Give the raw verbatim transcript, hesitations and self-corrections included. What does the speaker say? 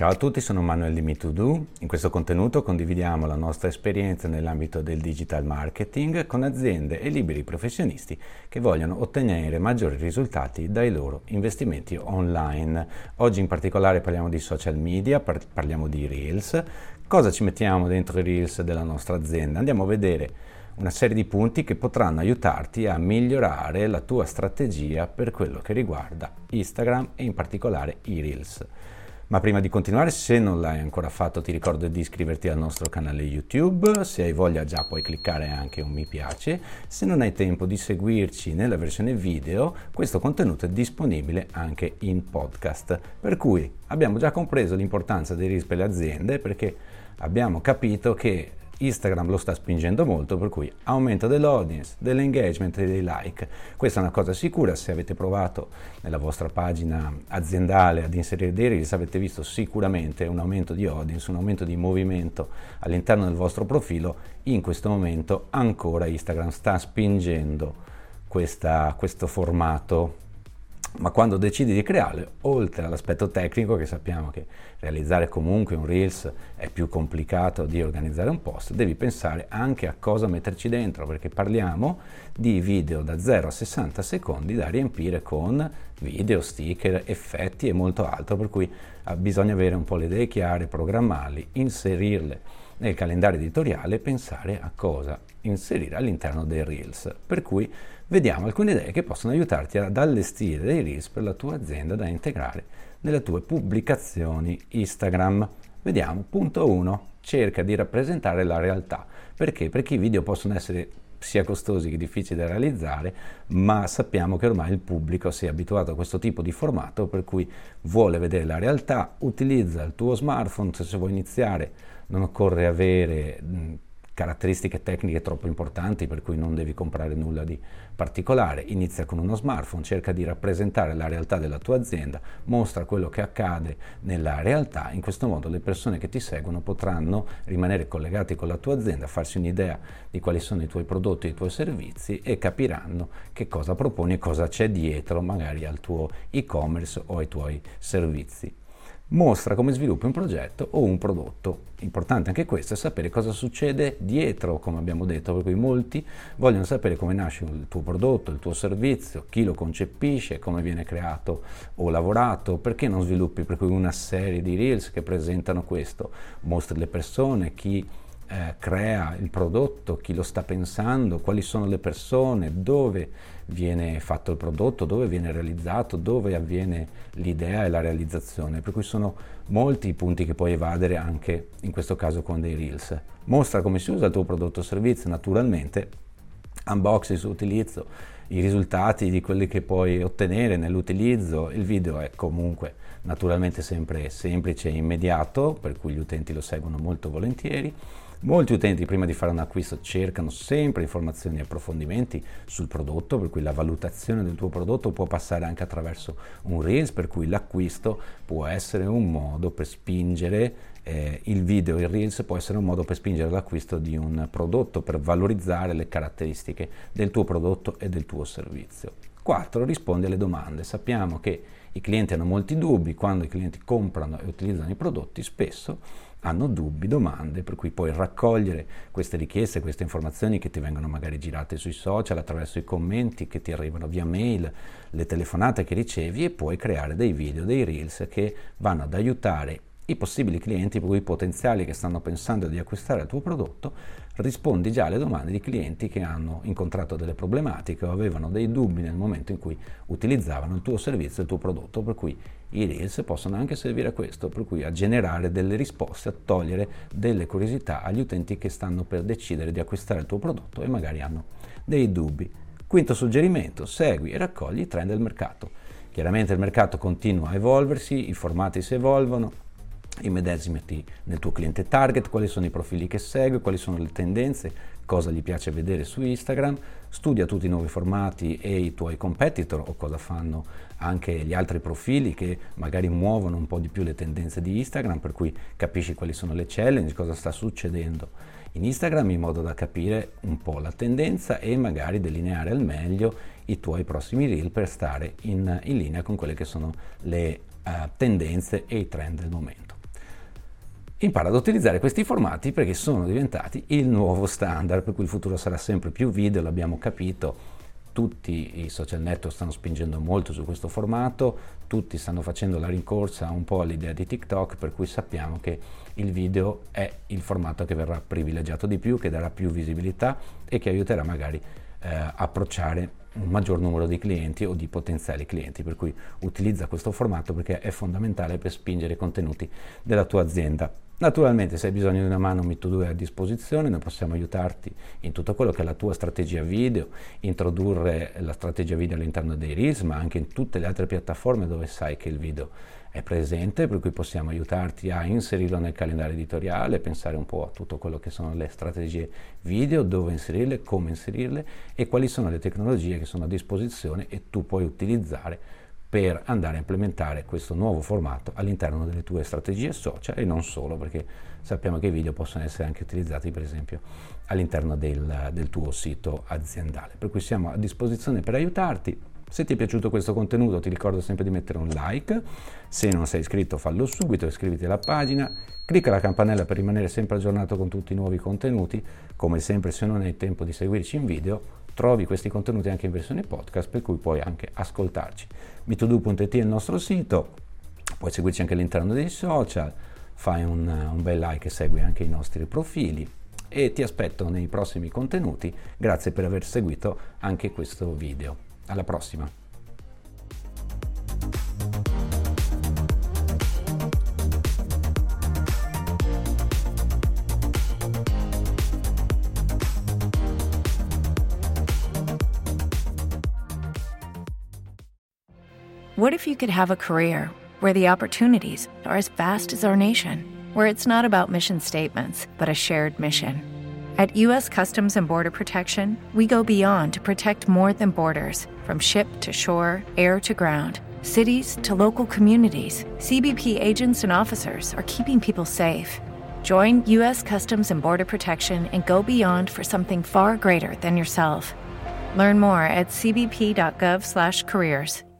Ciao a tutti, sono Manuel di MeToDo. In questo contenuto condividiamo la nostra esperienza nell'ambito del digital marketing con aziende e liberi professionisti che vogliono ottenere maggiori risultati dai loro investimenti online. Oggi in particolare parliamo di social media, par- parliamo di Reels. Cosa ci mettiamo dentro i Reels della nostra azienda? Andiamo a vedere una serie di punti che potranno aiutarti a migliorare la tua strategia per quello che riguarda Instagram e in particolare i Reels. Ma prima di continuare, se non l'hai ancora fatto, ti ricordo di iscriverti al nostro canale YouTube. Se hai voglia già puoi cliccare anche un mi piace. Se non hai tempo di seguirci nella versione video, questo contenuto è disponibile anche in podcast. Per cui abbiamo già compreso l'importanza dei Reels per le aziende, perché abbiamo capito che Instagram lo sta spingendo molto, per cui aumento dell'audience, dell'engagement e dei like. Questa è una cosa sicura. Se avete provato nella vostra pagina aziendale ad inserire dei Reels, avete visto sicuramente un aumento di audience, un aumento di movimento all'interno del vostro profilo. In questo momento ancora Instagram sta spingendo questa, questo formato. Ma quando decidi di crearlo, oltre all'aspetto tecnico, che sappiamo che realizzare comunque un Reels è più complicato di organizzare un post, devi pensare anche a cosa metterci dentro, perché parliamo di video da zero a sessanta secondi da riempire con video, sticker, effetti e molto altro, per cui bisogna avere un po' le idee chiare, programmarli, inserirle nel calendario editoriale e pensare a cosa inserire all'interno dei Reels. Per cui vediamo alcune idee che possono aiutarti ad allestire dei Reels per la tua azienda da integrare nelle tue pubblicazioni Instagram. Vediamo, punto uno, cerca di rappresentare la realtà. Perché? Perché i video possono essere sia costosi che difficili da realizzare, ma sappiamo che ormai il pubblico si è abituato a questo tipo di formato, per cui vuole vedere la realtà. Utilizza il tuo smartphone. Se vuoi iniziare non occorre avere mh, caratteristiche tecniche troppo importanti, per cui non devi comprare nulla di particolare. Inizia con uno smartphone, cerca di rappresentare la realtà della tua azienda, mostra quello che accade nella realtà. In questo modo le persone che ti seguono potranno rimanere collegati con la tua azienda, farsi un'idea di quali sono i tuoi prodotti e i tuoi servizi e capiranno che cosa proponi e cosa c'è dietro magari al tuo e-commerce o ai tuoi servizi. Mostra come sviluppi un progetto o un prodotto. Importante anche questo è sapere cosa succede dietro, come abbiamo detto, per cui molti vogliono sapere come nasce il tuo prodotto, il tuo servizio, chi lo concepisce, come viene creato o lavorato. Perché non sviluppi per cui una serie di Reels che presentano questo? Mostri le persone, chi eh, crea il prodotto, chi lo sta pensando, quali sono le persone, dove viene fatto il prodotto, dove viene realizzato, dove avviene l'idea e la realizzazione. Per cui sono molti i punti che puoi evadere anche in questo caso con dei Reels. Mostra come si usa il tuo prodotto o servizio, naturalmente, unboxing su utilizzo, i risultati di quelli che puoi ottenere nell'utilizzo. Il video è comunque naturalmente sempre semplice e immediato, per cui gli utenti lo seguono molto volentieri. Molti utenti prima di fare un acquisto cercano sempre informazioni e approfondimenti sul prodotto, per cui la valutazione del tuo prodotto può passare anche attraverso un Reels, per cui l'acquisto può essere un modo per spingere eh, il video, il Reels può essere un modo per spingere l'acquisto di un prodotto, per valorizzare le caratteristiche del tuo prodotto e del tuo servizio. quattro. Rispondi alle domande. Sappiamo che i clienti hanno molti dubbi. Quando i clienti comprano e utilizzano i prodotti, spesso hanno dubbi, domande, per cui puoi raccogliere queste richieste, queste informazioni che ti vengono magari girate sui social, attraverso i commenti che ti arrivano via mail, le telefonate che ricevi, e puoi creare dei video, dei Reels che vanno ad aiutare i possibili clienti, per cui i potenziali che stanno pensando di acquistare il tuo prodotto. Rispondi già alle domande di clienti che hanno incontrato delle problematiche o avevano dei dubbi nel momento in cui utilizzavano il tuo servizio, il tuo prodotto, per cui i Reels possono anche servire a questo, per cui a generare delle risposte, a togliere delle curiosità agli utenti che stanno per decidere di acquistare il tuo prodotto e magari hanno dei dubbi. Quinto suggerimento: segui e raccogli i trend del mercato. Chiaramente il mercato continua a evolversi, i formati si evolvono, immedesimati nel tuo cliente target, quali sono i profili che segue, quali sono le tendenze, cosa gli piace vedere su Instagram, studia tutti i nuovi formati e i tuoi competitor o cosa fanno anche gli altri profili che magari muovono un po' di più le tendenze di Instagram, per cui capisci quali sono le challenge, cosa sta succedendo in Instagram, in modo da capire un po' la tendenza e magari delineare al meglio i tuoi prossimi reel per stare in, in linea con quelle che sono le uh, tendenze e i trend del momento. impara ad utilizzare questi formati perché sono diventati il nuovo standard, per cui il futuro sarà sempre più video, l'abbiamo capito. Tutti i social network stanno spingendo molto su questo formato, tutti stanno facendo la rincorsa un po' all'idea di TikTok, per cui sappiamo che il video è il formato che verrà privilegiato di più, che darà più visibilità e che aiuterà magari eh, a approcciare un maggior numero di clienti o di potenziali clienti, per cui utilizza questo formato perché è fondamentale per spingere i contenuti della tua azienda. Naturalmente, se hai bisogno di una mano, Me To Do è a disposizione, noi possiamo aiutarti in tutto quello che è la tua strategia video, introdurre la strategia video all'interno dei Reels, ma anche in tutte le altre piattaforme dove sai che il video è presente, per cui possiamo aiutarti a inserirlo nel calendario editoriale, pensare un po' a tutto quello che sono le strategie video, dove inserirle, come inserirle e quali sono le tecnologie che sono a disposizione e tu puoi utilizzare per andare a implementare questo nuovo formato all'interno delle tue strategie social e non solo, perché sappiamo che i video possono essere anche utilizzati per esempio all'interno del, del tuo sito aziendale. Per cui siamo a disposizione per aiutarti. Se ti è piaciuto questo contenuto ti ricordo sempre di mettere un like, se non sei iscritto fallo subito, iscriviti alla pagina, clicca la campanella per rimanere sempre aggiornato con tutti i nuovi contenuti. Come sempre, se non hai tempo di seguirci in video, trovi questi contenuti anche in versione podcast, per cui puoi anche ascoltarci. Me To Do punto it è il nostro sito, puoi seguirci anche all'interno dei social, fai un, un bel like e segui anche i nostri profili e ti aspetto nei prossimi contenuti. Grazie per aver seguito anche questo video. Alla prossima! What if you could have a career where the opportunities are as vast as our nation, where it's not about mission statements, but a shared mission? At U S Customs and Border Protection, we go beyond to protect more than borders. From ship to shore, air to ground, cities to local communities, C B P agents and officers are keeping people safe. Join U S Customs and Border Protection and go beyond for something far greater than yourself. Learn more at c b p dot gov slash careers.